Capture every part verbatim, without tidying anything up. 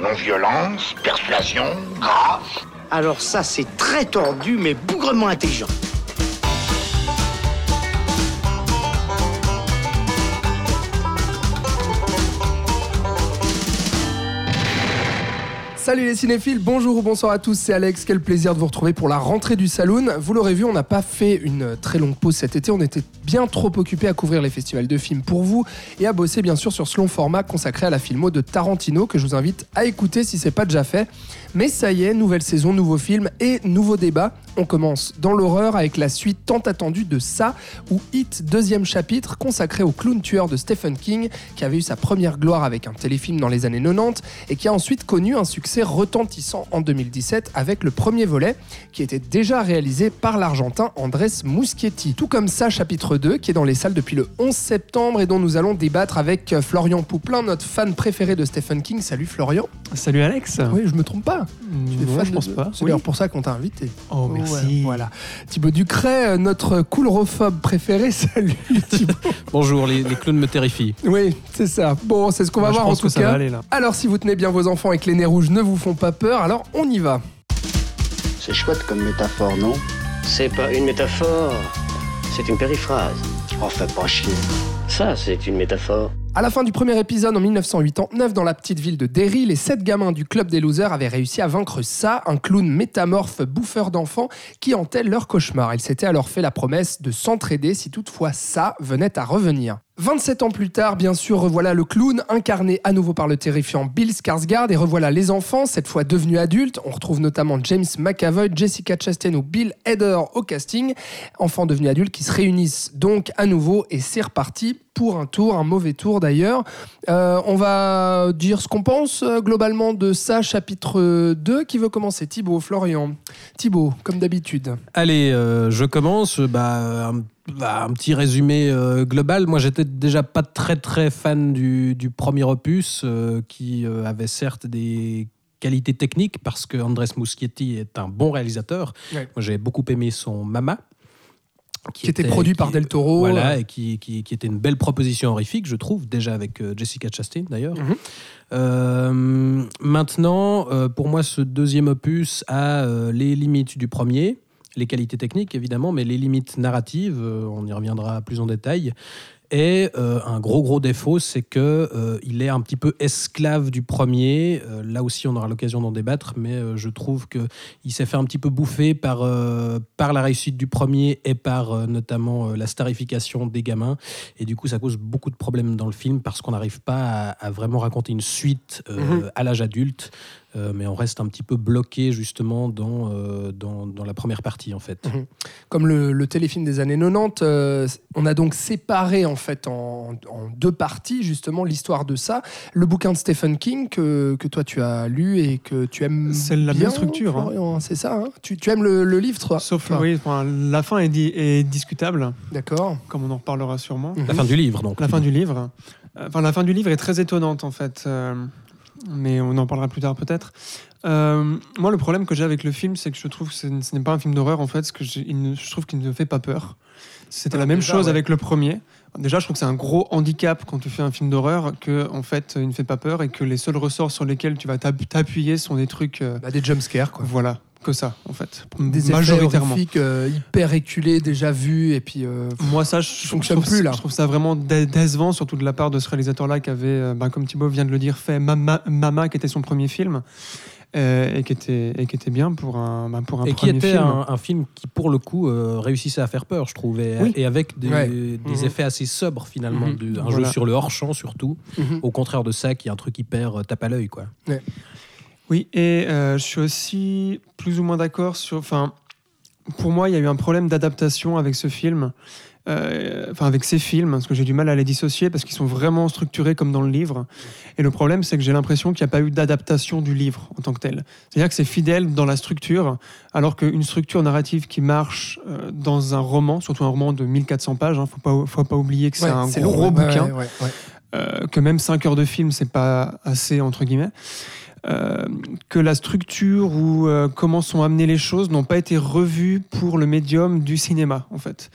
Non-violence, persuasion, grâce. Alors ça, c'est très tordu, mais bougrement intelligent. Salut les cinéphiles, bonjour ou bonsoir à tous, c'est Alex, quel plaisir de vous retrouver pour la rentrée du Saloon. Vous l'aurez vu, on n'a pas fait une très longue pause cet été, on était bien trop occupés à couvrir les festivals de films pour vous et à bosser bien sûr sur ce long format consacré à la filmo de Tarantino que je vous invite à écouter si c'est pas déjà fait. Mais ça y est, nouvelle saison, nouveau film et nouveau débat. On commence dans l'horreur avec la suite tant attendue de Ça ou It, deuxième chapitre consacré au clown tueur de Stephen King qui avait eu sa première gloire avec un téléfilm dans les années quatre-vingt-dix et qui a ensuite connu un succès retentissant en deux mille dix-sept avec le premier volet qui était déjà réalisé par l'Argentin Andrés Muschietti. Tout comme Ça chapitre deux qui est dans les salles depuis le onze septembre et dont nous allons débattre avec Florian Pouplin, notre fan préféré de Stephen King. Salut Florian. Salut Alex. Oui, je me trompe pas. Tu es fan je pense de... pas. C'est oui. D'ailleurs pour ça qu'on t'a invité. Oh, merci. Ouais, voilà. Thibaut Ducret, notre coulrophobe préféré. Salut Thibaut. Bonjour, les, les clowns me terrifient. Oui, c'est ça. Bon, c'est ce qu'on va Moi, voir en tout que cas. Ça va aller, là. Alors, si vous tenez bien vos enfants et que les nez rouges ne vous font pas peur, alors on y va. C'est chouette comme métaphore, non ? C'est pas une métaphore, c'est une périphrase. Oh, fais pas chier. Ça, c'est une métaphore. À la fin du premier épisode, en dix-neuf cent quatre-vingt-dix-neuf, dans la petite ville de Derry, les sept gamins du club des losers avaient réussi à vaincre Ça, un clown métamorphe bouffeur d'enfants qui hantait leur cauchemar. Ils s'étaient alors fait la promesse de s'entraider si toutefois Ça venait à revenir. vingt-sept ans plus tard, bien sûr, revoilà le clown, incarné à nouveau par le terrifiant Bill Skarsgård, et revoilà les enfants, cette fois devenus adultes. On retrouve notamment James McAvoy, Jessica Chastain ou Bill Hader au casting. Enfants devenus adultes qui se réunissent donc à nouveau, et c'est reparti pour un tour, un mauvais tour d'ailleurs. Euh, on va dire ce qu'on pense euh, globalement de Ça, chapitre deux. Qui veut commencer ? Thibaut, Florian. Thibaut, comme d'habitude. Allez, euh, je commence. Bah, un, bah, un petit résumé euh, global. Moi, j'étais déjà pas très très fan du, du premier opus, euh, qui euh, avait certes des qualités techniques, parce que Andrés Muschietti est un bon réalisateur. Ouais. Moi, j'ai beaucoup aimé son Mama. Qui, qui était, était produit qui, par Del Toro. Voilà, et qui, qui, qui était une belle proposition horrifique, je trouve, déjà avec euh, Jessica Chastain d'ailleurs. Mm-hmm. Euh, maintenant, euh, pour moi, ce deuxième opus a euh, les limites du premier, les qualités techniques évidemment, mais les limites narratives, euh, on y reviendra plus en détail. Et euh, un gros gros défaut, c'est qu'il euh, est un petit peu esclave du premier. Euh, là aussi, on aura l'occasion d'en débattre, mais euh, je trouve qu'il s'est fait un petit peu bouffer par, euh, par la réussite du premier et par euh, notamment euh, la starification des gamins. Et du coup, ça cause beaucoup de problèmes dans le film parce qu'on n'arrive pas à, à vraiment raconter une suite euh, mmh. à l'âge adulte. Euh, mais on reste un petit peu bloqué justement dans, euh, dans, dans la première partie en fait. Mmh. Comme le, le téléfilm des années quatre-vingt-dix, euh, on a donc séparé en fait en, en deux parties justement l'histoire de Ça. Le bouquin de Stephen King que, que toi tu as lu et que tu aimes c'est la bien, même structure. Hein. C'est ça, hein tu, tu aimes le, le livre toi ? Sauf que oui, enfin, la fin est, di- est discutable. D'accord. Comme on en reparlera sûrement. Mmh. La fin du livre donc. La fin du livre. Enfin, la fin du livre est très étonnante en fait. Euh... mais on en parlera plus tard peut-être. Euh, moi, le problème que j'ai avec le film, c'est que je trouve que ce n'est pas un film d'horreur, en fait, parce que je, il ne, je trouve qu'il ne fait pas peur. C'était ah, la même déjà, chose ouais. avec le premier. Déjà, je trouve que c'est un gros handicap quand tu fais un film d'horreur, qu'en fait, il ne fait pas peur et que les seuls ressorts sur lesquels tu vas t'appuyer sont des trucs... Euh, bah, des jumpscares, quoi. Voilà. Que ça, en fait. Des majoritairement. Effets horrifiques euh, hyper éculés, déjà vus, et puis... Euh, Moi, ça, je, je, fonctionne je, trouve, plus, là. je trouve ça vraiment dé- décevant, surtout de la part de ce réalisateur-là qui avait, euh, ben, comme Thibaut vient de le dire, fait Mama, Mama qui était son premier film, euh, et, qui était, et qui était bien pour un, ben, pour un et premier film. Et qui était film. Un, un film qui, pour le coup, euh, réussissait à faire peur, je trouve, et, oui. et avec des, ouais. des mmh. effets assez sobres, finalement. Mmh. De, un voilà. jeu sur le hors-champ, surtout, mmh. au contraire de Ça, qui est un truc hyper tape à l'œil, quoi. Ouais. Oui, et euh, je suis aussi plus ou moins d'accord sur... Enfin, pour moi, il y a eu un problème d'adaptation avec ce film, euh, enfin avec ces films, parce que j'ai du mal à les dissocier, parce qu'ils sont vraiment structurés comme dans le livre. Et le problème, c'est que j'ai l'impression qu'il n'y a pas eu d'adaptation du livre en tant que tel. C'est-à-dire que c'est fidèle dans la structure, alors qu'une structure narrative qui marche euh, dans un roman, surtout un roman de mille quatre cents pages, il hein, ne faut pas, faut pas oublier que c'est ouais, un c'est gros long, bouquin, ouais, ouais, ouais. Euh, que même cinq heures de film, c'est pas assez, entre guillemets. Euh, que la structure ou euh, comment sont amenées les choses n'ont pas été revues pour le médium du cinéma en fait.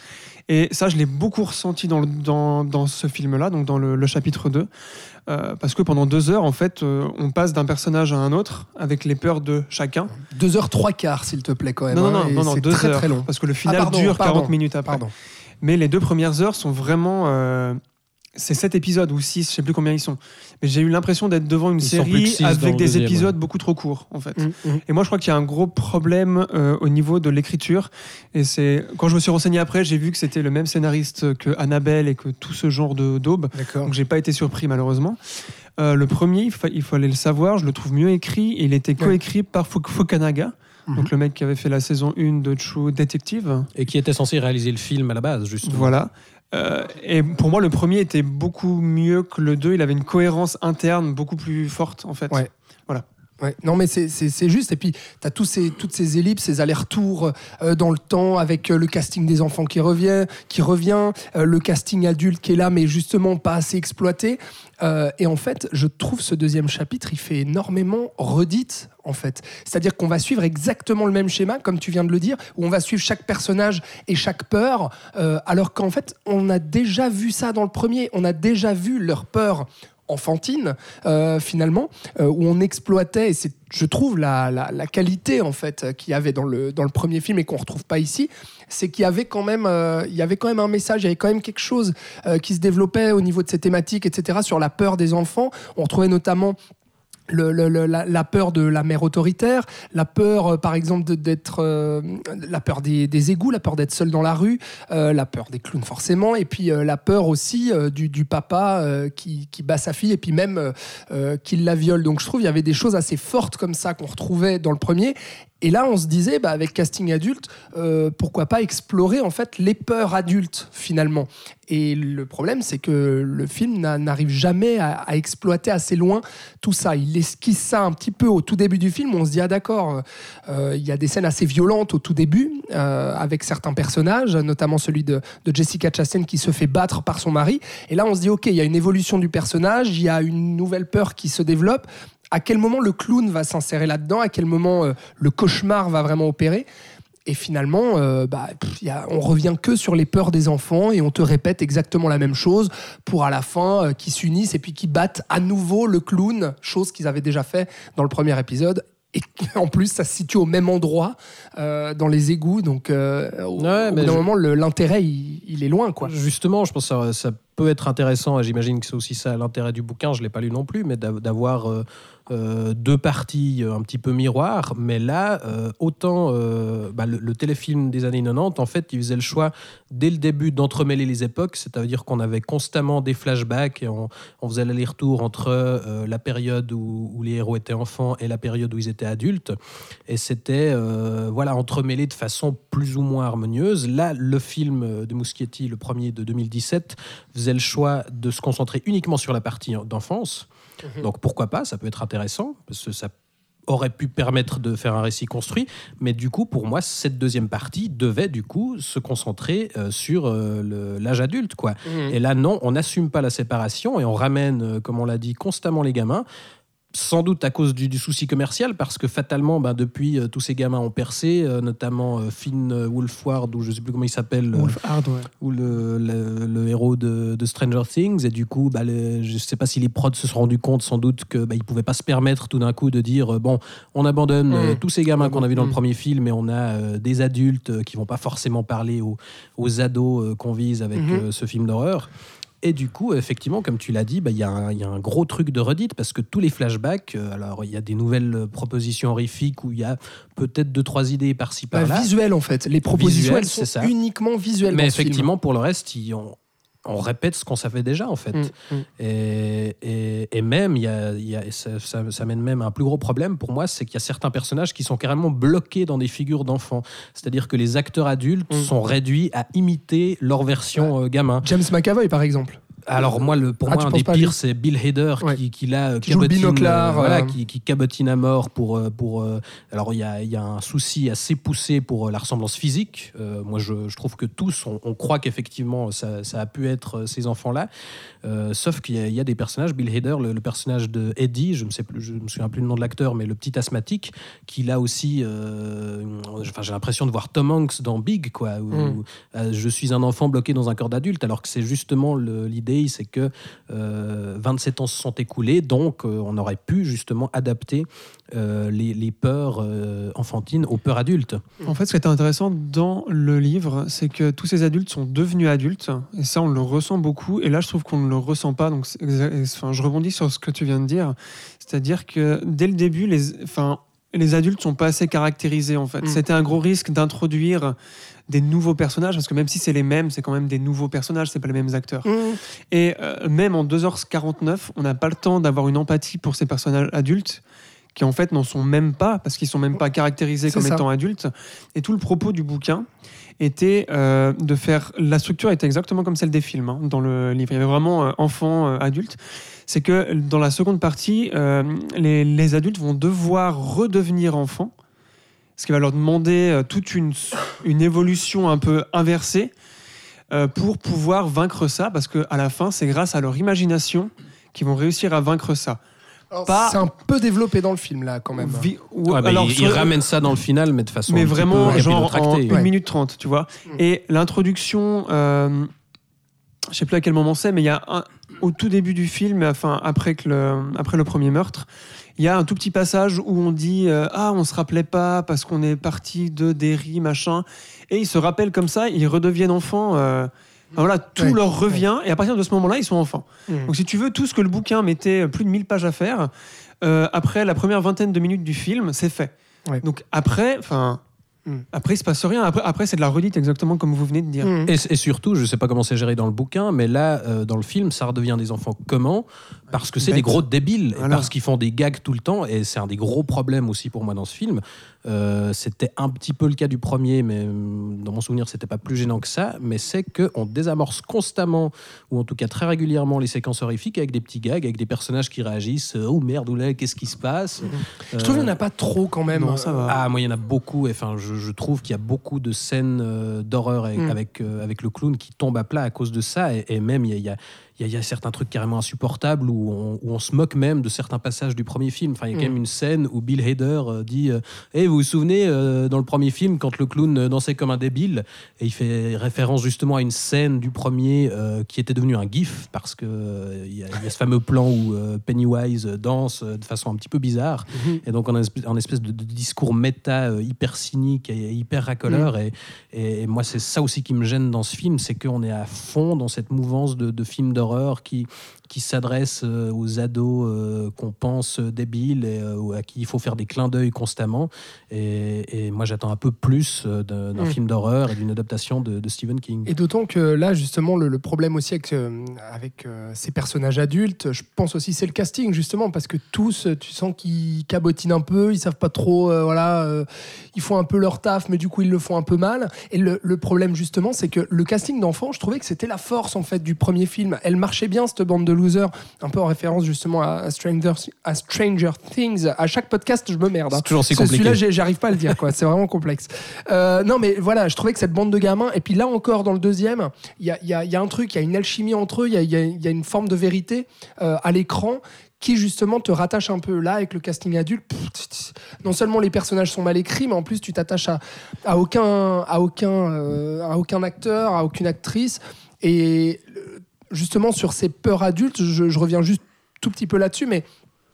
Et ça, je l'ai beaucoup ressenti dans, le, dans, dans ce film-là, donc dans le, le chapitre deux. Euh, parce que pendant deux heures, en fait, euh, on passe d'un personnage à un autre avec les peurs de chacun. Deux heures, trois quarts, s'il te plaît, quand même. Non, non, hein, non, non, non c'est deux très, heures. très long. Parce que le final ah, pardon, dure pardon, quarante minutes après. Pardon. Mais les deux premières heures sont vraiment... Euh, c'est sept épisodes ou six, je sais plus combien ils sont. Mais j'ai eu l'impression d'être devant une ils série avec des deuxième, épisodes ouais. beaucoup trop courts, en fait. Mmh, mmh. Et moi, je crois qu'il y a un gros problème euh, au niveau de l'écriture. Et c'est quand je me suis renseigné après, j'ai vu que c'était le même scénariste que Annabelle et que tout ce genre de d'aube. D'accord. Donc, j'ai pas été surpris malheureusement. Euh, le premier, il, fa- il fallait le savoir, je le trouve mieux écrit. Et il était coécrit par Fuk- Fukunaga. Mmh. Donc le mec qui avait fait la saison un de True Detective. Et qui était censé réaliser le film à la base, justement. Voilà. Euh, et pour moi, le premier était beaucoup mieux que le deux. Il avait une cohérence interne beaucoup plus forte, en fait. Ouais. Voilà. Ouais. Non, mais c'est, c'est, c'est juste. Et puis, tu as tous ces, toutes ces ellipses, ces allers-retours euh, dans le temps avec euh, le casting des enfants qui revient, qui revient euh, le casting adulte qui est là, mais justement pas assez exploité. Euh, et en fait, je trouve ce deuxième chapitre, il fait énormément redite, en fait. C'est-à-dire qu'on va suivre exactement le même schéma, comme tu viens de le dire, où on va suivre chaque personnage et chaque peur, euh, alors qu'en fait, on a déjà vu ça dans le premier. On a déjà vu leur peur enfantine, euh, finalement, euh, où on exploitait, et c'est, je trouve, la, la, la qualité, en fait, qu'il y avait dans le, dans le premier film et qu'on ne retrouve pas ici, c'est qu'il y avait quand même, euh, il y avait quand même un message, il y avait quand même quelque chose euh, qui se développait au niveau de ces thématiques, et cetera, sur la peur des enfants. On retrouvait notamment Le, le, le, la, la peur de la mère autoritaire, la peur, euh, par exemple, de, d'être, euh, la peur des, des égouts, la peur d'être seul dans la rue, euh, la peur des clowns forcément, et puis euh, la peur aussi euh, du, du papa euh, qui, qui bat sa fille, et puis même euh, euh, qu'il la viole. Donc je trouve qu'il y avait des choses assez fortes comme ça qu'on retrouvait dans le premier. Et là, on se disait, bah, avec casting adulte, euh, pourquoi pas explorer en fait les peurs adultes finalement. Et le problème, c'est que le film n'a, n'arrive jamais à, à exploiter assez loin tout ça. Il esquisse ça un petit peu au tout début du film. On se dit, ah d'accord, euh, il y a des scènes assez violentes au tout début euh, avec certains personnages, notamment celui de, de Jessica Chastain qui se fait battre par son mari. Et là, on se dit, ok, il y a une évolution du personnage, il y a une nouvelle peur qui se développe. À quel moment le clown va s'insérer là-dedans ? À quel moment euh, le cauchemar va vraiment opérer ? Et finalement, euh, bah, pff, y a, on revient que sur les peurs des enfants et on te répète exactement la même chose pour à la fin euh, qu'ils s'unissent et puis qu'ils battent à nouveau le clown, chose qu'ils avaient déjà fait dans le premier épisode. Et en plus, ça se situe au même endroit, euh, dans les égouts. Donc, euh, au, Ouais, au mais bout d'un je- moment, le, l'intérêt, il, il est loin, quoi. Justement, je pense que ça, ça peut être intéressant, et j'imagine que c'est aussi ça l'intérêt du bouquin, je ne l'ai pas lu non plus, mais d'av- d'avoir euh, euh, deux parties euh, un petit peu miroirs. Mais là, euh, autant euh, bah, le, le téléfilm des années quatre-vingt-dix, en fait, il faisait le choix dès le début d'entremêler les époques, c'est-à-dire qu'on avait constamment des flashbacks et on, on faisait l'aller-retour entre euh, la période où, où les héros étaient enfants et la période où ils étaient adultes. Et c'était euh, voilà, entremêlé de façon plus ou moins harmonieuse. Là, le film de Muschietti, le premier de deux mille dix-sept, faisait le choix de se concentrer uniquement sur la partie d'enfance. Mmh. Donc pourquoi pas, ça peut être intéressant, parce que ça aurait pu permettre de faire un récit construit, mais du coup, pour moi, cette deuxième partie devait du coup se concentrer euh, sur euh, le, l'âge adulte, quoi. Mmh. Et là, non, on n'assume pas la séparation et on ramène, euh, comme on l'a dit, constamment les gamins. Sans doute à cause du, du souci commercial, parce que fatalement, ben, depuis, euh, tous ces gamins ont percé, euh, notamment euh, Finn Wolfhard, ou je ne sais plus comment il s'appelle, euh, Wolfhard, ouais. ou le, le, le héros de, de Stranger Things. Et du coup, bah, le, je ne sais pas si les prods se sont rendus compte, sans doute, qu'ils bah, ne pouvaient pas se permettre tout d'un coup de dire euh, bon, on abandonne mmh. euh, tous ces gamins qu'on a vus dans mmh. le premier film, et on a euh, des adultes euh, qui ne vont pas forcément parler aux, aux ados euh, qu'on vise avec mmh. euh, ce film d'horreur. Et du coup, effectivement, comme tu l'as dit, bah, y, y a un gros truc de redite, parce que tous les flashbacks, euh, alors il y a des nouvelles propositions horrifiques où il y a peut-être deux, trois idées par-ci, par-là. Bah, visuelles, en fait. Les propositions, Visuelles, elles sont uniquement visuelles. Mais dans ce effectivement, film. pour le reste, ils ont... on répète ce qu'on savait déjà, en fait. Mmh, mmh. Et, et, et même, y a, y a, ça, ça, ça mène même à un plus gros problème pour moi, c'est qu'il y a certains personnages qui sont carrément bloqués dans des figures d'enfants. C'est-à-dire que les acteurs adultes mmh. sont réduits à imiter leur version ouais. euh, gamin. James McAvoy, par exemple. Alors moi, le, pour Ah, moi, tu un penses des pas, pires, lui c'est Bill Hader Ouais. qui, qui là Qui joue le cabotine, binoclard, euh, voilà, euh. qui, qui cabotine à mort pour euh, pour. euh, alors il y a il y a un souci assez poussé pour euh, la ressemblance physique. Euh, moi, je, je trouve que tous, on, on croit qu'effectivement ça, ça a pu être euh, ces enfants-là. Euh, sauf qu'il y a, il y a des personnages. Bill Hader, le, le personnage de Eddie, je ne sais plus, je me souviens plus le nom de l'acteur, mais le petit asthmatique, qui là aussi, euh, enfin, j'ai l'impression de voir Tom Hanks dans Big, quoi. Où, Mm. où, euh, je suis un enfant bloqué dans un corps d'adulte, alors que c'est justement le, l'idée, c'est que euh, vingt-sept ans se sont écoulés, donc euh, on aurait pu justement adapter euh, les, les peurs euh, enfantines aux peurs adultes. En fait, ce qui est intéressant dans le livre, c'est que tous ces adultes sont devenus adultes, et ça, on le ressent beaucoup, et là, je trouve qu'on ne le ressent pas, donc c'est exa- enfin, je rebondis sur ce que tu viens de dire, c'est-à-dire que dès le début, les, enfin, les adultes sont pas assez caractérisés, en fait. Mm. C'était un gros risque d'introduire des nouveaux personnages, parce que même si c'est les mêmes, c'est quand même des nouveaux personnages, c'est pas les mêmes acteurs. Mmh. Et euh, même en deux heures quarante-neuf, on n'a pas le temps d'avoir une empathie pour ces personnages adultes qui en fait n'en sont même pas, parce qu'ils sont même pas caractérisés C'est comme ça. étant adultes. Et tout le propos du bouquin était euh, de faire... La structure était exactement comme celle des films, hein, dans le livre. Il y avait vraiment euh, enfants, euh, adultes. C'est que dans la seconde partie, euh, les, les adultes vont devoir redevenir enfants, ce qui va leur demander euh, toute une, une évolution un peu inversée euh, pour pouvoir vaincre ça, parce qu'à la fin, c'est grâce à leur imagination qu'ils vont réussir à vaincre ça. Alors, Pas- C'est un peu développé dans le film, là, quand même. Vi- ou- Ouais, bah, alors, il, sur- il ramène ça dans le final, mais de façon mais un petit vraiment peu genre en capillotractée. une Ouais. minute trente, tu vois. Mm. Et l'introduction, euh, je sais plus à quel moment c'est, mais il y a un, au tout début du film, enfin après que le, après le premier meurtre, il y a un tout petit passage où on dit euh, ah, on se rappelait pas parce qu'on est parti de Derry, machin, et ils se rappellent comme ça, ils redeviennent enfants. euh, Enfin, voilà, tout Ouais. leur revient, et à partir de ce moment-là, ils sont enfants. Mmh. Donc si tu veux, tout ce que le bouquin mettait plus de mille pages à faire, euh, après la première vingtaine de minutes du film, c'est fait. Ouais. Donc après, enfin, Mm. après il se passe rien. Après, après c'est de la redite, exactement comme vous venez de dire. Mmh. Et, et surtout, je ne sais pas comment c'est géré dans le bouquin, mais là, euh, dans le film, ça redevient des enfants comment ? Parce que c'est Bête. des gros débiles, et Voilà. parce qu'ils font des gags tout le temps, et c'est un des gros problèmes aussi pour moi dans ce film. Euh, c'était un petit peu le cas du premier, mais hum, dans mon souvenir, c'était pas plus gênant que ça. Mais c'est qu'on désamorce constamment, ou en tout cas très régulièrement, les séquences horrifiques avec des petits gags, avec des personnages qui réagissent. euh, Oh merde, ou là, qu'est-ce qui se passe ? Je trouve qu'il n'y en Euh, a pas trop, quand même. Non, ça va. Ah, moi, il y en a beaucoup. Et, enfin, je, je trouve qu'il y a beaucoup de scènes euh, d'horreur avec, Mm. avec, euh, avec le clown qui tombe à plat à cause de ça. Et, et même, il y a, il y, a, il y a- il y a certains trucs carrément insupportables où on, où on se moque même de certains passages du premier film. Enfin, il y a quand Mm. même une scène où Bill Hader euh, dit euh, Hey, vous vous souvenez, euh, dans le premier film, quand le clown euh, dansait comme un débile, et il fait référence justement à une scène du premier euh, qui était devenue un gif, parce qu'il euh, y, a- il y a ce fameux plan où euh, Pennywise danse euh, de façon un petit peu bizarre. Mhm. Et donc, on a une espèce, un espèce de, de discours méta euh, hyper cynique et hyper racoleur. Et, et moi, c'est ça aussi qui me gêne dans ce film, c'est qu'on est à fond dans cette mouvance de, de films d'horreur qui, qui s'adresse euh, aux ados euh, qu'on pense euh, débiles et euh, à qui il faut faire des clins d'œil constamment. Et, et moi, j'attends un peu plus euh, d'un, d'un Mm. film d'horreur et d'une adaptation de, de Stephen King. Et d'autant que là, justement, le, le problème aussi avec, euh, avec euh, ces personnages adultes, je pense aussi c'est le casting, justement, parce que tous, tu sens qu'ils cabotinent un peu, ils savent pas trop, euh, voilà, euh, ils font un peu leur taf, mais du coup, ils le font un peu mal. Et le, le problème, justement, c'est que le casting d'enfants, je trouvais que c'était la force, en fait, du premier film. Elle marchait bien, cette bande de losers, un peu en référence, justement, à, à, Stranger, à Stranger Things. À chaque podcast, je me merde. hein. C'est toujours si Ce- compliqué. Celui-là, j'ai- j'arrive pas à le dire, quoi. C'est vraiment complexe. Euh, non, mais voilà, je trouvais que cette bande de gamins, et puis là encore, dans le deuxième, il y a, il y a- il y a un truc, il y a une alchimie entre eux, il y a, il y a- il y a une forme de vérité euh, à l'écran qui, justement, te rattache un peu. Là, avec le casting adulte, pff, tch, tch, non seulement les personnages sont mal écrits, mais en plus, tu t'attaches à, à, aucun, à, aucun, euh, à aucun acteur, à aucune actrice. Et euh, justement, sur ces peurs adultes, je, je reviens juste tout petit peu là-dessus, mais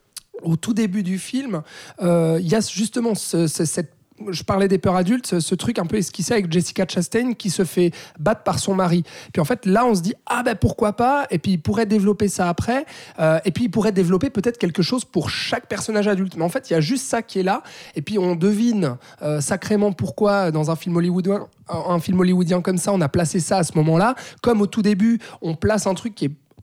au tout début du film, euh, il y a justement ce- ce- cette je parlais des peurs adultes, ce, ce truc un peu esquissé avec Jessica Chastain qui se fait battre par son mari. Puis en fait, là, on se dit, ah ben pourquoi pas, et puis il pourrait développer ça après, euh, et puis il pourrait développer peut-être quelque chose pour chaque personnage adulte. Mais en fait, il y a juste ça qui est là, et puis on devine euh, sacrément pourquoi dans un film hollywoodien, un, un film hollywoodien comme ça, on a placé ça à ce moment-là. Comme au tout début, on place un truc qui est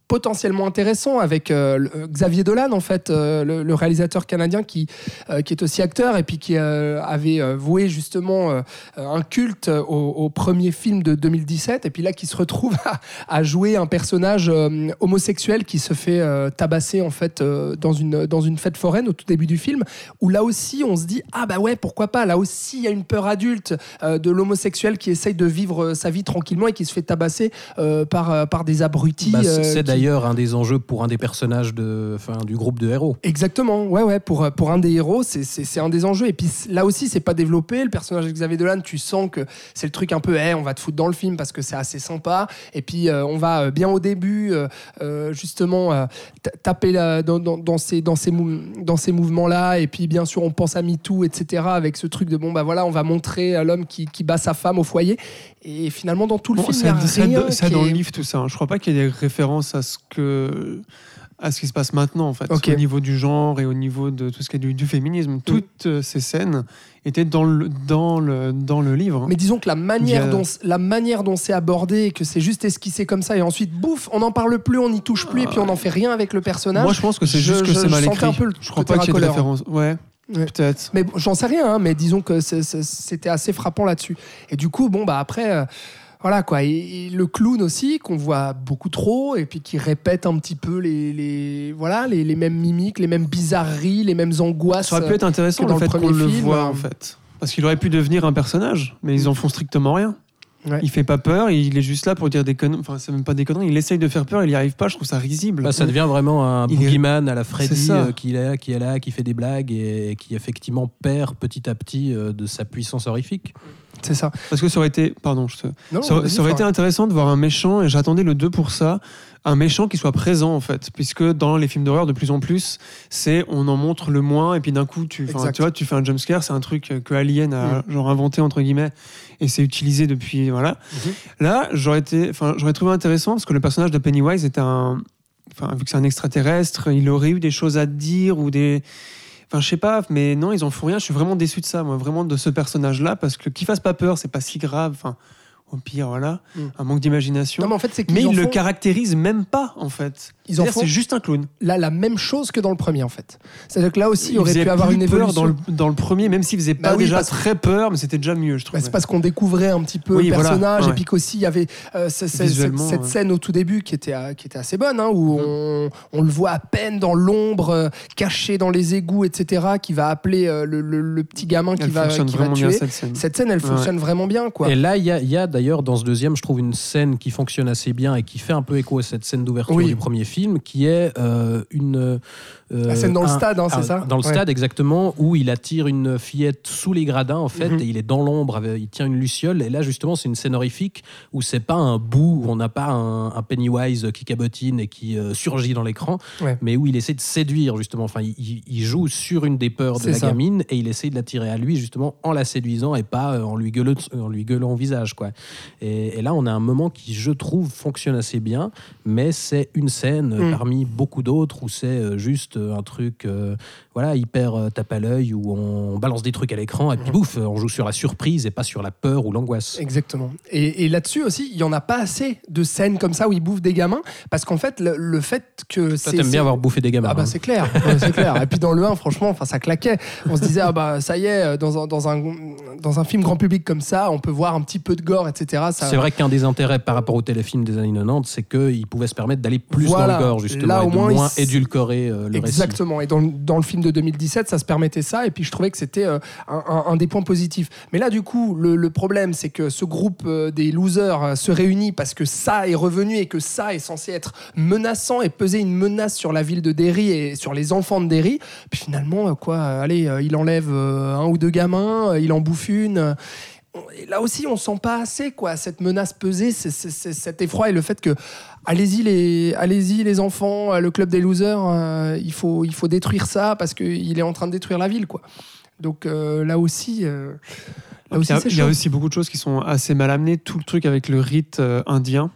potentiellement intéressant avec euh, le- Xavier Dolan, en fait, euh, le, le réalisateur canadien qui, euh, qui est aussi acteur et puis qui euh, avait euh, voué justement euh, un culte au, au premier film de deux mille dix-sept et puis là qui se retrouve à, à jouer un personnage euh, homosexuel qui se fait euh, tabasser en fait euh, dans, une, dans une fête foraine au tout début du film, où là aussi on se dit ah bah ouais pourquoi pas, là aussi il y a une peur adulte euh, de l'homosexuel qui essaye de vivre euh, sa vie tranquillement et qui se fait tabasser euh, par, euh, par des abrutis. Bah, c'est euh, c'est qui- d'ailleurs un des enjeux pour un des personnages de, enfin, du groupe de héros. Exactement, ouais, ouais, pour, pour un des héros, c'est, c'est, c'est un des enjeux. Et puis là aussi, c'est pas développé. Le personnage de Xavier Dolan, tu sens que c'est le truc un peu, hey, on va te foutre dans le film parce que c'est assez sympa. Et puis, euh, on va euh, bien au début, euh, euh, justement, euh, t- taper la- dans, dans, dans ces, dans, ces mou- dans ces mouvements-là. Et puis, bien sûr, on pense à MeToo, et cetera. Avec ce truc de, bon, bah voilà, on va montrer à l'homme qui, qui bat sa femme au foyer. Et finalement, dans tout le Bon, film, il y a ça, rien ça qui dans est- le livre, tout ça. hein. Je crois pas qu'il y ait des références à ce que à ce qui se passe maintenant, en fait, Ok. au niveau du genre et au niveau de tout ce qui est du, du féminisme. Toutes euh, ces scènes étaient dans le, dans le, dans le livre. Mais disons que la manière, Il y a- dont, la manière dont c'est abordé et que c'est juste esquissé comme ça et ensuite, bouf, on n'en parle plus, on n'y touche plus et puis on n'en fait rien avec le personnage. Moi, je pense que c'est Je- juste que je- c'est mal je sentais écrit. un peu le je crois côté pas qu'il y ait de racoleur. référence. Ouais, Ouais. peut-être. Mais bon, j'en sais rien, hein, mais disons que c'est- c'est- c'était assez frappant là-dessus. Et du coup, bon, bah après, euh, voilà quoi. Et, et le clown aussi, qu'on voit beaucoup trop, et puis qui répète un petit peu les, les, voilà, les, les mêmes mimiques, les mêmes bizarreries, les mêmes angoisses. Ça aurait pu être intéressant que dans le le fait qu'on premier le film, voit, euh, en fait. Parce qu'il aurait pu devenir un personnage, mais ils en font strictement rien. Ouais. Il fait pas peur, il est juste là pour dire des conneries. Enfin, c'est même pas des conneries, il essaye de faire peur, il y arrive pas, je trouve ça risible. Bah, ça devient vraiment un Il est- boogeyman à la C'est Freddy ça. euh, qui, est là, qui est là, qui fait des blagues et qui effectivement perd petit à petit euh, de sa puissance horrifique. C'est ça. Parce que ça aurait été. Pardon, je te. Non, ça, vas-y, ça aurait été Florent. intéressant de voir un méchant, et j'attendais le deux pour ça, un méchant qui soit présent en fait, puisque dans les films d'horreur de plus en plus, c'est on en montre le moins et puis d'un coup tu, 'fin, Exact. tu vois, tu fais un jumpscare, c'est un truc que Alien a genre inventé entre guillemets et c'est utilisé depuis voilà. Mhm. Là, j'aurais été, enfin j'aurais trouvé intéressant parce que le personnage de Pennywise est un, enfin vu que c'est un extraterrestre, il aurait eu des choses à dire ou des Enfin, je sais pas, mais non, ils en font rien. Je suis vraiment déçu de ça, moi, vraiment de ce personnage-là, parce que qu'il fasse pas peur, c'est pas si grave. Enfin, au pire, voilà, Mm. un manque d'imagination. Non, mais en fait, c'est qu'ils Mais en ils le font- caractérisent même pas, en fait. Ils en C'est-à-dire, font- c'est juste un clown. là la même chose que dans le premier en fait. C'est-à-dire que là aussi il aurait faisait pu avoir plus une peur évolution. dans le, dans le premier, même s'il faisait Bah pas oui, déjà parce- très peur, mais c'était déjà mieux, je trouve. Bah, c'est parce qu'on découvrait un petit peu Oui, le voilà, personnage ouais. et puis qu'aussi il y avait euh, ce- ce- cette, Visuellement, cette ouais. scène au tout début qui était, euh, qui était assez bonne, hein, où on, on le voit à peine dans l'ombre, euh, caché dans les égouts, et cetera, qui va appeler euh, le, le- le petit gamin qui Elle va, fonctionne qui va vraiment bien, tuer. cette scène. Cette scène, elle fonctionne vraiment bien. Quoi. Et là, il y a, il y a d'ailleurs dans ce deuxième, je trouve une scène qui fonctionne assez bien et qui fait un peu écho à cette scène d'ouverture Oui. du premier film, qui est euh, une... euh, La scène dans le un- stade, hein, c'est un- ça Dans le Ouais. stade, exactement, où il attire une fillette sous les gradins, en fait, Mhm. et il est dans l'ombre, avec- il tient une luciole, et là, justement, c'est une scène horrifique où c'est pas un bout, où on n'a pas un, un Pennywise qui cabotine et qui euh, surgit dans l'écran, Ouais. mais où il essaie de séduire, justement. Enfin, il, il- il joue sur une des peurs de C'est la ça. gamine, et il essaie de l'attirer à lui, justement, en la séduisant et pas euh, en lui gueulant, en lui gueulant au visage, quoi. Et, et là, on a un moment qui, je trouve, fonctionne assez bien, mais c'est une scène euh, Mm. parmi beaucoup d'autres où c'est euh, juste euh, un truc, euh, voilà, hyper euh, tape à l'œil, où on balance des trucs à l'écran et puis bouf, on joue sur la surprise et pas sur la peur ou l'angoisse. Exactement. Et, et là-dessus aussi, il n'y en a pas assez de scènes comme ça où ils bouffent des gamins, parce qu'en fait, le, le fait que Toi, c'est... t'aimes c'est- bien avoir bouffé des gamins. Ah bah hein. c'est clair, ouais, c'est clair. Et puis dans le un, franchement, enfin ça claquait. On se disait ah bah ça y est, dans un dans un dans un film grand public comme ça, on peut voir un petit peu de gore, et cetera. Ça... C'est vrai qu'un des intérêts par rapport aux téléfilms des années quatre-vingt-dix, c'est qu'ils pouvaient se permettre d'aller plus Voilà. dans le gore, justement, Là, et au de moins, moins ils- édulcorer euh, le récit. Exactement. Et dans, le- dans le film de deux mille dix-sept, ça se permettait ça. Et puis je trouvais que c'était euh, un, un- un des points positifs. Mais là, du coup, le, le problème, c'est que ce groupe euh, des losers euh, se réunit parce que ça est revenu et que ça est censé être menaçant et peser une menace sur la ville de Derry et sur les enfants de Derry. Puis finalement, euh, quoi, euh, allez, euh, il enlève euh, un ou deux gamins, euh, il en bouffe une. euh, Et là aussi, on sent pas assez quoi, cette menace pesée, c'est, c'est- c'est- cet effroi et le fait que allez-y les, allez-y les enfants, euh, le club des losers, euh, il faut, il faut détruire ça parce qu'il est en train de détruire la ville quoi. Donc euh, là aussi, euh, là aussi il y a, c'est il y a chaud. aussi beaucoup de choses qui sont assez mal amenées. Tout le truc avec le rite euh, indien.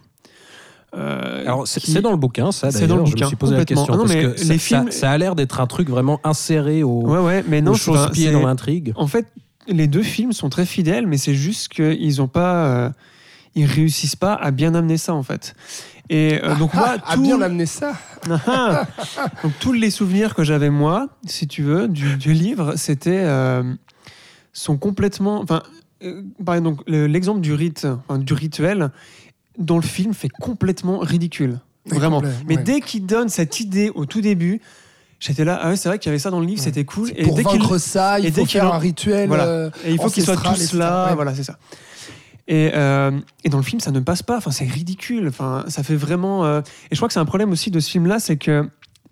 Euh, Alors, c'est qui- c'est dans le bouquin, ça, C'est d'ailleurs. dans le Je me bouquin, suis posé la complètement. question. Ah non, parce mais que ça, les ça- films- ça a l'air d'être un truc vraiment inséré au, Ouais, ouais, mais non, aux c'est- chausse-pieds c'est- dans l'intrigue. En fait, les deux films sont très fidèles, mais c'est juste qu'ils ont pas. euh, ils réussissent pas à bien amener ça en fait. Et euh, donc moi, à tout... bien amener ça. donc tous les souvenirs que j'avais moi, si tu veux, du, du livre, c'était euh, sont complètement. Enfin, euh, par exemple, donc, le, l'exemple du rite, enfin, du rituel, dans le film, fait complètement ridicule, vraiment. Complet, Mais ouais. dès qu'il donne cette idée au tout début. J'étais là, ah ouais, c'est vrai qu'il y avait ça dans le livre, Ouais. c'était cool. Et pour dès vaincre qu'il... ça, il et faut dès qu'il faire en- un rituel. Voilà. euh, Et il faut qu'ils soient ancestral, tous et cetera. là, Ouais. voilà, c'est ça. Et, euh, et dans le film, ça ne passe pas. Enfin, c'est ridicule. Enfin, ça fait vraiment. euh, Et je crois que c'est un problème aussi de ce film-là, c'est que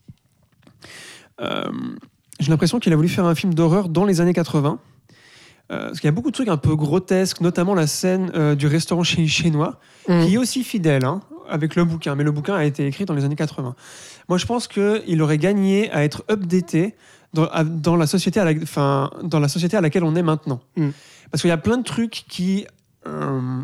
euh, j'ai l'impression qu'il a voulu faire un film d'horreur dans les années quatre-vingts. Euh, parce qu'il y a beaucoup de trucs un peu grotesques, notamment la scène euh, du restaurant chi- chinois, Mm. qui est aussi fidèle hein, avec le bouquin. Mais le bouquin a été écrit dans les années quatre-vingts. Moi, je pense qu'il aurait gagné à être updaté dans, à- dans, la société à la, enfin, dans la société à laquelle on est maintenant. Mm. Parce qu'il y a plein de trucs qui, euh,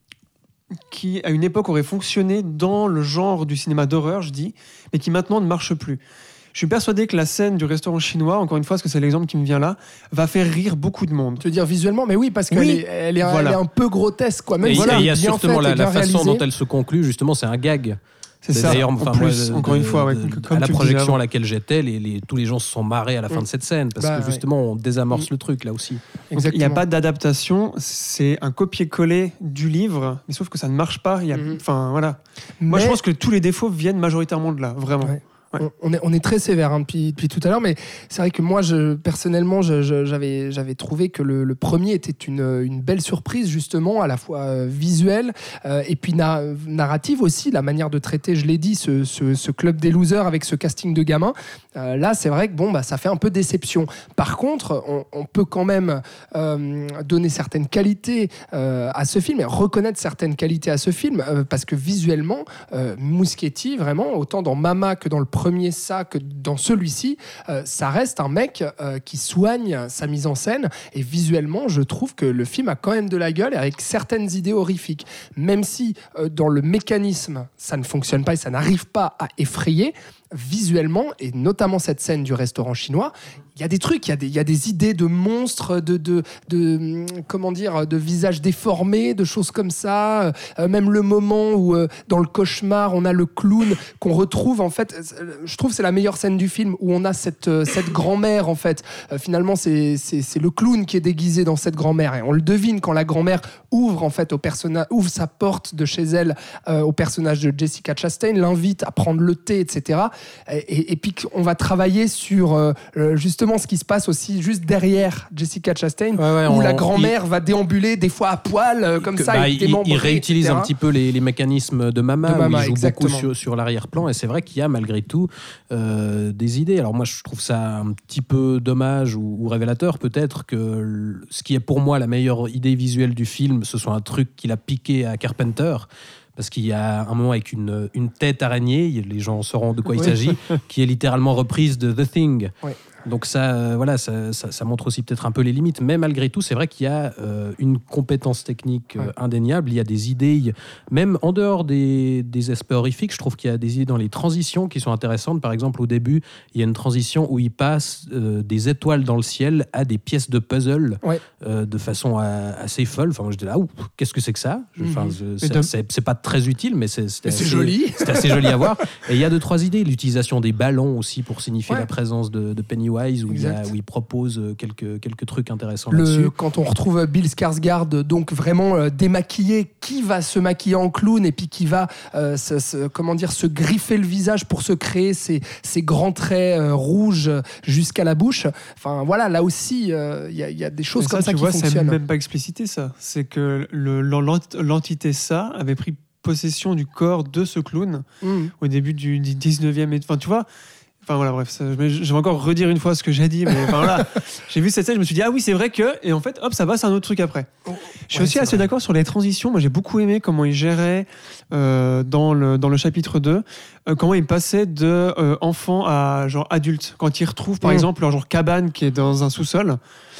qui, à une époque, auraient fonctionné dans le genre du cinéma d'horreur, je dis, mais qui maintenant ne marchent plus. Je suis persuadé que la scène du restaurant chinois, encore une fois, parce que c'est l'exemple qui me vient là, va faire rire beaucoup de monde. Tu veux dire visuellement, mais oui, parce qu'elle Oui. est, elle est, Voilà. elle est un peu grotesque, quoi. Même Et si il y a- elle il y est a bien surtout faite la, et la bien façon réalisée. dont elle se conclut, justement, c'est un gag. C'est ça. D'ailleurs, en enfin, plus, moi, encore de- une fois, ouais, de- comme à la tu le disais projection avant. à laquelle j'étais, les, les- tous les gens se sont marrés à la fin Mm. de cette scène parce Bah, que ouais. justement, on désamorce le truc là aussi. Donc, il n'y a Exactement. pas d'adaptation, c'est un copier-coller du livre, mais sauf que ça ne marche pas. Il y a, Mhm. enfin, voilà. Moi, Mais- je pense que tous les défauts viennent majoritairement de là, vraiment. Ouais. Ouais. On, on est, on est très sévère hein, depuis, depuis tout à l'heure, mais c'est vrai que moi, je, personnellement, je- je- j'avais, j'avais trouvé que le, le premier était une, une belle surprise, justement, à la fois euh, visuelle euh, et puis na- narrative aussi, la manière de traiter, je l'ai dit, ce, ce- ce club des losers avec ce casting de gamins. Euh, là, c'est vrai que bon, bah, ça fait un peu déception. Par contre, on, on peut quand même euh, donner certaines qualités euh, à ce film et reconnaître certaines qualités à ce film, euh, parce que visuellement, euh, Muschietti, vraiment, autant dans Mama que dans le premier ça, que dans celui-ci, euh, ça reste un mec euh, qui soigne sa mise en scène, et visuellement, je trouve que le film a quand même de la gueule avec certaines idées horrifiques. Même si, euh, dans le mécanisme, ça ne fonctionne pas et ça n'arrive pas à effrayer, visuellement, et notamment cette scène du restaurant chinois, il y a des trucs, il y a des, il y a des idées de monstres, de, de, de, comment dire, de visages déformés, de choses comme ça. Euh, même le moment où, euh, dans le cauchemar, on a le clown qu'on retrouve, en fait, euh, je trouve que c'est la meilleure scène du film, où on a cette, euh, cette grand-mère, en fait. Euh, finalement, c'est, c'est, c'est le clown qui est déguisé dans cette grand-mère. Et on le devine quand la grand-mère ouvre, en fait, au personnage, ouvre sa porte de chez elle euh, au personnage de Jessica Chastain, l'invite à prendre le thé, et cetera. Et, et, et puis, on va travailler sur, euh, justement, ce qui se passe aussi juste derrière Jessica Chastain, Ouais, ouais, où on- la grand-mère va déambuler des fois à poil, euh, comme Que- ça, bah, avec il, des membres. il réutilise un petit peu les, les mécanismes de Mama, De Mama, où il joue exactement. beaucoup sur, sur l'arrière-plan, et c'est vrai qu'il y a malgré tout euh, des idées. Alors moi, je trouve ça un petit peu dommage ou, ou révélateur peut-être que le- ce qui est pour moi la meilleure idée visuelle du film, ce soit un truc qu'il a piqué à Carpenter. Parce qu'il y a un moment avec une, une tête araignée, les gens sauront de quoi il Oui. s'agit, qui est littéralement reprise de The Thing. Oui. Donc ça, euh, voilà, ça, ça, ça montre aussi peut-être un peu les limites. Mais malgré tout, c'est vrai qu'il y a euh, une compétence technique euh, Ouais. indéniable. Il y a des idées, il y a- même en dehors des, des aspects horrifiques, je trouve qu'il y a des idées dans les transitions qui sont intéressantes. Par exemple, au début, il y a une transition où il passe euh, des étoiles dans le ciel à des pièces de puzzle Ouais. euh, de façon euh, assez folle. Enfin, moi, j'étais là, ouh, qu'est-ce que c'est que ça Je- enfin, Mhm. je- Mais c'est- de- c'est c'est pas très utile, mais c'est c'était Mais c'est assez- joli. c'était assez joli à voir. Et il y a deux, trois idées. L'utilisation des ballons aussi pour signifier Ouais. la présence de, de Pennywise, où il, y a- Exact. où il propose euh, quelques, quelques trucs intéressants Le, là-dessus. quand on retrouve Bill Skarsgård, donc vraiment euh, démaquillé, qui va se maquiller en clown et puis qui va euh, se, se- comment dire, se griffer le visage pour se créer ces, ces grands traits euh, rouges jusqu'à la bouche. Enfin voilà, là aussi, euh, il y, a- il y a des choses Mais comme ça, tu qui vois, c'est fonctionnent. même pas explicité ça. C'est que le- l'ent- l'entité ça avait pris possession du corps de ce clown Mmh. au début du du dix-neuvième. et- Enfin, tu vois. Enfin voilà, bref, ça- mais je vais encore redire une fois ce que j'ai dit, mais enfin, voilà, j'ai vu cette scène, je me suis dit ah oui c'est vrai que, et en fait hop ça passe à un autre truc après. Je suis Ouais, aussi c'est assez vrai. d'accord sur les transitions. Moi j'ai beaucoup aimé comment il gérait euh, dans le dans le chapitre deux, euh, comment il passait de euh, enfant à genre adulte. Quand il retrouve par Mm. exemple leur genre cabane qui est dans un sous-sol.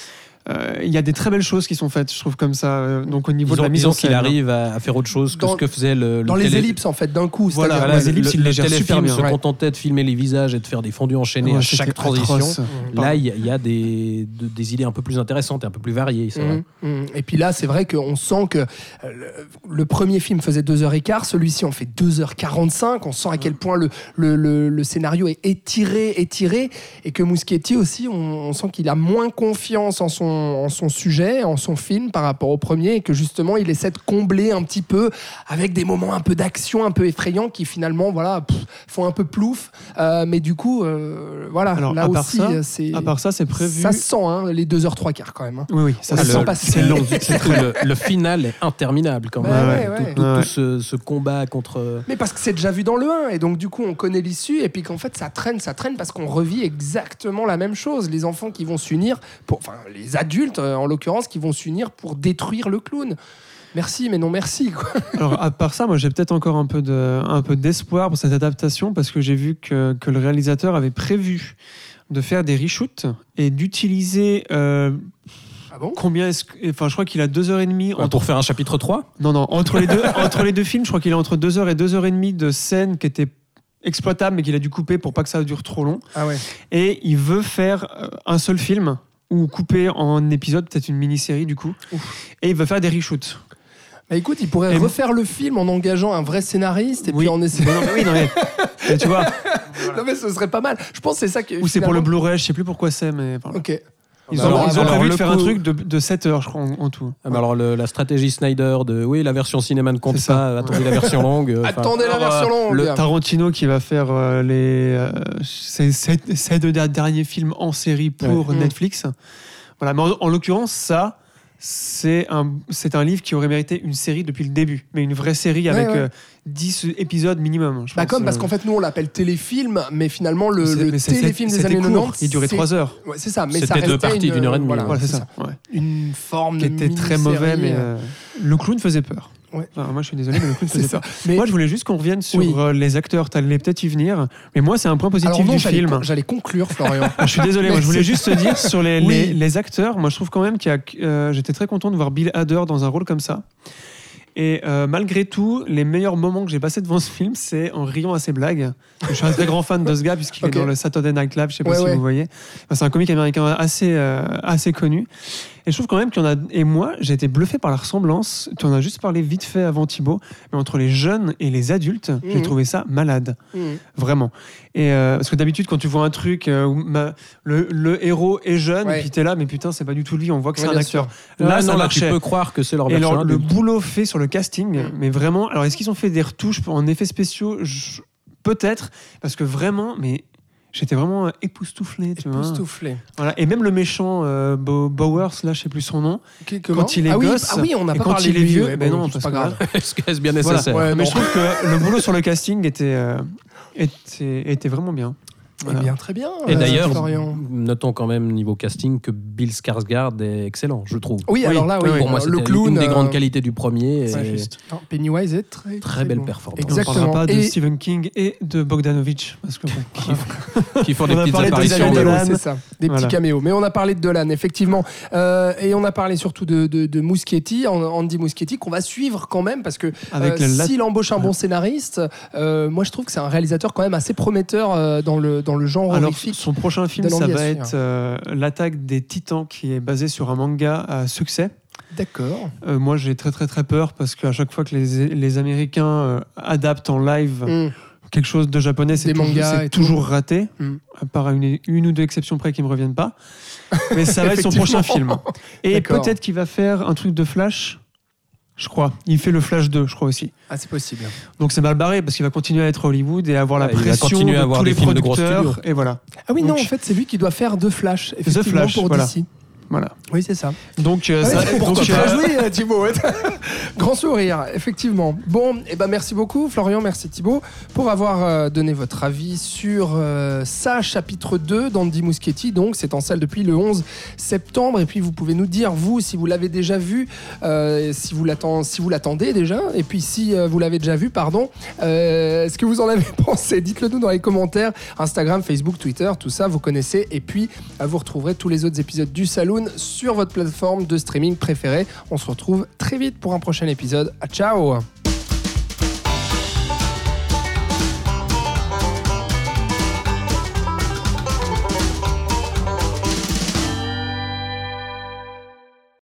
euh, il y a des très belles choses qui sont faites, je trouve, comme ça. Euh, donc, au niveau disons, de la mise en scène. qu'il arrive à, à faire autre chose que dans, ce que faisait le. le dans télé... les ellipses, en fait, d'un coup. Voilà, c'est-à-dire, les ellipses, le, il les le gère téléfilm super bien. se ouais. contentait de filmer les visages et de faire des fondus enchaînés Ouais, à chaque c'était transition. atroce. Là, il y a, il y a des, de, des idées un peu plus intéressantes et un peu plus variées. C'est vrai. Mmh, mmh. Et puis là, c'est vrai qu'on sent que euh, le, le premier film faisait deux heures quinze, celui-ci en fait deux heures quarante-cinq. On sent à quel point le, le, le, le scénario est étiré, étiré, et que Muschietti aussi, on, on sent qu'il a moins confiance en son, en son sujet, en son film par rapport au premier, et que justement, il essaie de combler un petit peu avec des moments un peu d'action, un peu effrayants, qui finalement, voilà, pff, font un peu plouf. Euh, mais du coup, euh, voilà, Alors, là à part aussi, ça, c'est... À part ça, c'est prévu. Ça se sent, hein, les deux heures trois quarts quand même. Hein. Oui, oui, ça On se le sent sent. passer. C'est long. Surtout, le, le final est interminable quand même. Bah ouais, ouais, Tout, ouais. tout- Ouais. tout ce, ce combat contre. Mais parce que c'est déjà vu dans le un, et donc du coup on connaît l'issue, et puis qu'en fait ça traîne, ça traîne, parce qu'on revit exactement la même chose. Les enfants qui vont s'unir, pour, enfin les adultes euh, en l'occurrence, qui vont s'unir pour détruire le clown. Merci, mais non merci, quoi. Alors, à part ça, moi, j'ai peut-être encore un peu, de, un peu d'espoir pour cette adaptation, parce que j'ai vu que, que le réalisateur avait prévu de faire des reshoots et d'utiliser. Euh, Ah bon ? combien est-ce que. Enfin, je crois qu'il a deux heures et demie. Ouais, pour faire un chapitre trois. Non, non, entre les deux, entre les deux films, je crois qu'il a entre deux heures et deux heures et demie de scènes qui étaient exploitables, mais qu'il a dû couper pour pas que ça dure trop long. Ah ouais. Et il veut faire euh, un seul film, ou couper en épisodes, peut-être une mini-série du coup. Et il veut faire des reshoots. Bah écoute, il pourrait Et refaire le film en engageant un vrai scénariste, et Oui. puis en essayant. Mais non, mais oui, non, mais, mais tu vois. Non mais ce serait pas mal. Je pense que c'est ça que. Ou c'est pour le finalement- Blu-ray, je sais plus pourquoi c'est, mais. Voilà. Ok. Ils ont, Alors, ils ont alors, prévu le de faire coup- un truc de, de sept heures, je crois, en, en tout. Ah, mais alors le- la stratégie Snyder de oui, la version cinéma ne compte C'est ça. pas, attendez la version longue. euh, enfin, Attendez la alors, version euh, longue. Le Tarantino qui va faire euh, les euh, ses, ses- ses deux derniers films en série pour Ouais. Netflix. Voilà, mais en, en l'occurrence, ça, c'est un, c'est un livre qui aurait mérité une série depuis le début, mais une vraie série avec ouais. euh, dix épisodes minimum. Je Bah pense, comme parce euh, qu'en fait nous on l'appelle téléfilm, mais finalement le, c'est- le mais c'est- téléfilm des c'était années court, quatre-vingt-dix, il durait c'est- trois heures. Ouais, c'est ça, mais C'était ça deux restait parties une, d'une heure et demie, Voilà, ouais. Voilà, c'est c'est ça. ouais. Une forme Qui de était très mini-série, mauvais, mais euh, euh, le clown faisait peur. Ouais. Enfin, moi, je suis désolé, mais le clown c'est faisait ça. peur. Mais Moi, je voulais juste qu'on revienne sur Oui. euh, les acteurs. Tu allais peut-être y venir, mais moi, c'est un point positif alors non, du j'allais, film. con- j'allais conclure, Florian. Ah, je suis désolé, moi je voulais juste te dire sur les, Oui. les, les acteurs, moi je trouve quand même qu'il y a, euh, j'étais très content de voir Bill Hader dans un rôle comme ça. Et euh, malgré tout, les meilleurs moments que j'ai passés devant ce film, c'est en riant à ses blagues. Je suis un très grand fan de ce gars puisqu'il Ok. est dans le Saturday Night Live, je sais pas Ouais, si ouais. vous voyez. Enfin, c'est un comique américain assez, euh, assez connu. Et je trouve quand même qu'il y en a. Et moi, j'ai été bluffé par la ressemblance. Tu en as juste parlé vite fait avant Thibaut, mais entre les jeunes et les adultes, j'ai Mhm. trouvé ça malade. Mhm. Vraiment. Et euh, parce que d'habitude, quand tu vois un truc euh, où ma- le, le héros est jeune, Ouais. et puis t'es là, mais putain, c'est pas du tout lui, on voit que Ouais, c'est un bien acteur. sûr. Là, ça non, là, tu marchait. peux croire que c'est leur Et version alors, le adulte. boulot fait sur le casting, Mm. mais vraiment, alors est-ce qu'ils ont fait des retouches en effets spéciaux? Je- Peut-être, parce que vraiment, mais j'étais vraiment époustouflé, tu vois. Époustouflé. Voilà. Et même le méchant euh, Bo- Bowers, là, je sais plus son nom, Ok, comment quand il est ah oui, gosse, ah oui, on n'a et pas quand parlé il de est lui, vieux, ouais, ben bon, non, c'est parce pas que grave. Est-ce que c'est bien Voilà. nécessaire Ouais, mais non. je trouve que le boulot sur le casting était, euh, était, était vraiment bien. Voilà. Eh bien, très bien. Et euh, d'ailleurs, Florian. notons quand même niveau casting que Bill Skarsgård est excellent, je trouve. Oui, alors là, oui, oui, Pour moi, euh, le c'était clown. une des grandes euh, qualités du premier. et- c'est juste. Non, Pennywise est très, Très belle bon. performance. On ne parlera Exactement. pas de Et Stephen King et de Bogdanovich, parce que bon, qui font On des a petites parlé de apparitions. Xavier de- Dolan. c'est ça, des Voilà. petits caméos. Mais on a parlé de Dolan, effectivement. Euh, et on a parlé surtout de, de, de Muschietti, An- Andy Muschietti, qu'on va suivre quand même, parce que avec euh, le lat- s'il embauche un bon scénariste, euh, moi je trouve que c'est un réalisateur quand même assez prometteur euh, dans, le, dans le genre Alors, horrifique. son prochain film, donne ça envie à va suivre. être euh, L'attaque des Titans, qui est basé sur un manga à succès. D'accord. Euh, moi, j'ai très très très peur parce qu'à chaque fois que les, les Américains euh, adaptent en live Mm. quelque chose de japonais, c'est Des toujours, mangas c'est et tout. toujours raté, Mm. à part une, une ou deux exceptions près qui me reviennent pas. Mais ça va être son Effectivement. prochain film. Et D'accord. peut-être qu'il va faire un truc de Flash. Je crois. Il fait le Flash deux, je crois aussi. Ah, c'est possible. Donc c'est mal barré parce qu'il va continuer à être Hollywood et avoir Ouais, la il va pression continuer de à avoir tous des les films de gros producteurs. studios. Et voilà. Ah oui, non, Donc- en fait, c'est lui qui doit faire The Flash, effectivement, Flash, pour voilà. D C. Voilà. Oui, c'est ça. Donc, euh, Ouais, ça, pourquoi donc, tu euh, as joué, euh, Thibaut ouais. Grand sourire, effectivement. Bon, et ben merci beaucoup, Florian, merci Thibaut, pour avoir euh, donné votre avis sur euh, ça, chapitre deux d'Andy Muschietti. Donc, c'est en salle depuis le onze septembre. Et puis, vous pouvez nous dire, vous, si vous l'avez déjà vu, euh, si, vous l'attend- si vous l'attendez déjà, et puis si euh, vous l'avez déjà vu, pardon, euh, ce que vous en avez pensé. Dites-le nous dans les commentaires. Instagram, Facebook, Twitter, tout ça, vous connaissez. Et puis, euh, vous retrouverez tous les autres épisodes du Saloon Saloon sur votre plateforme de streaming préférée. On se retrouve très vite pour un prochain épisode. À ciao.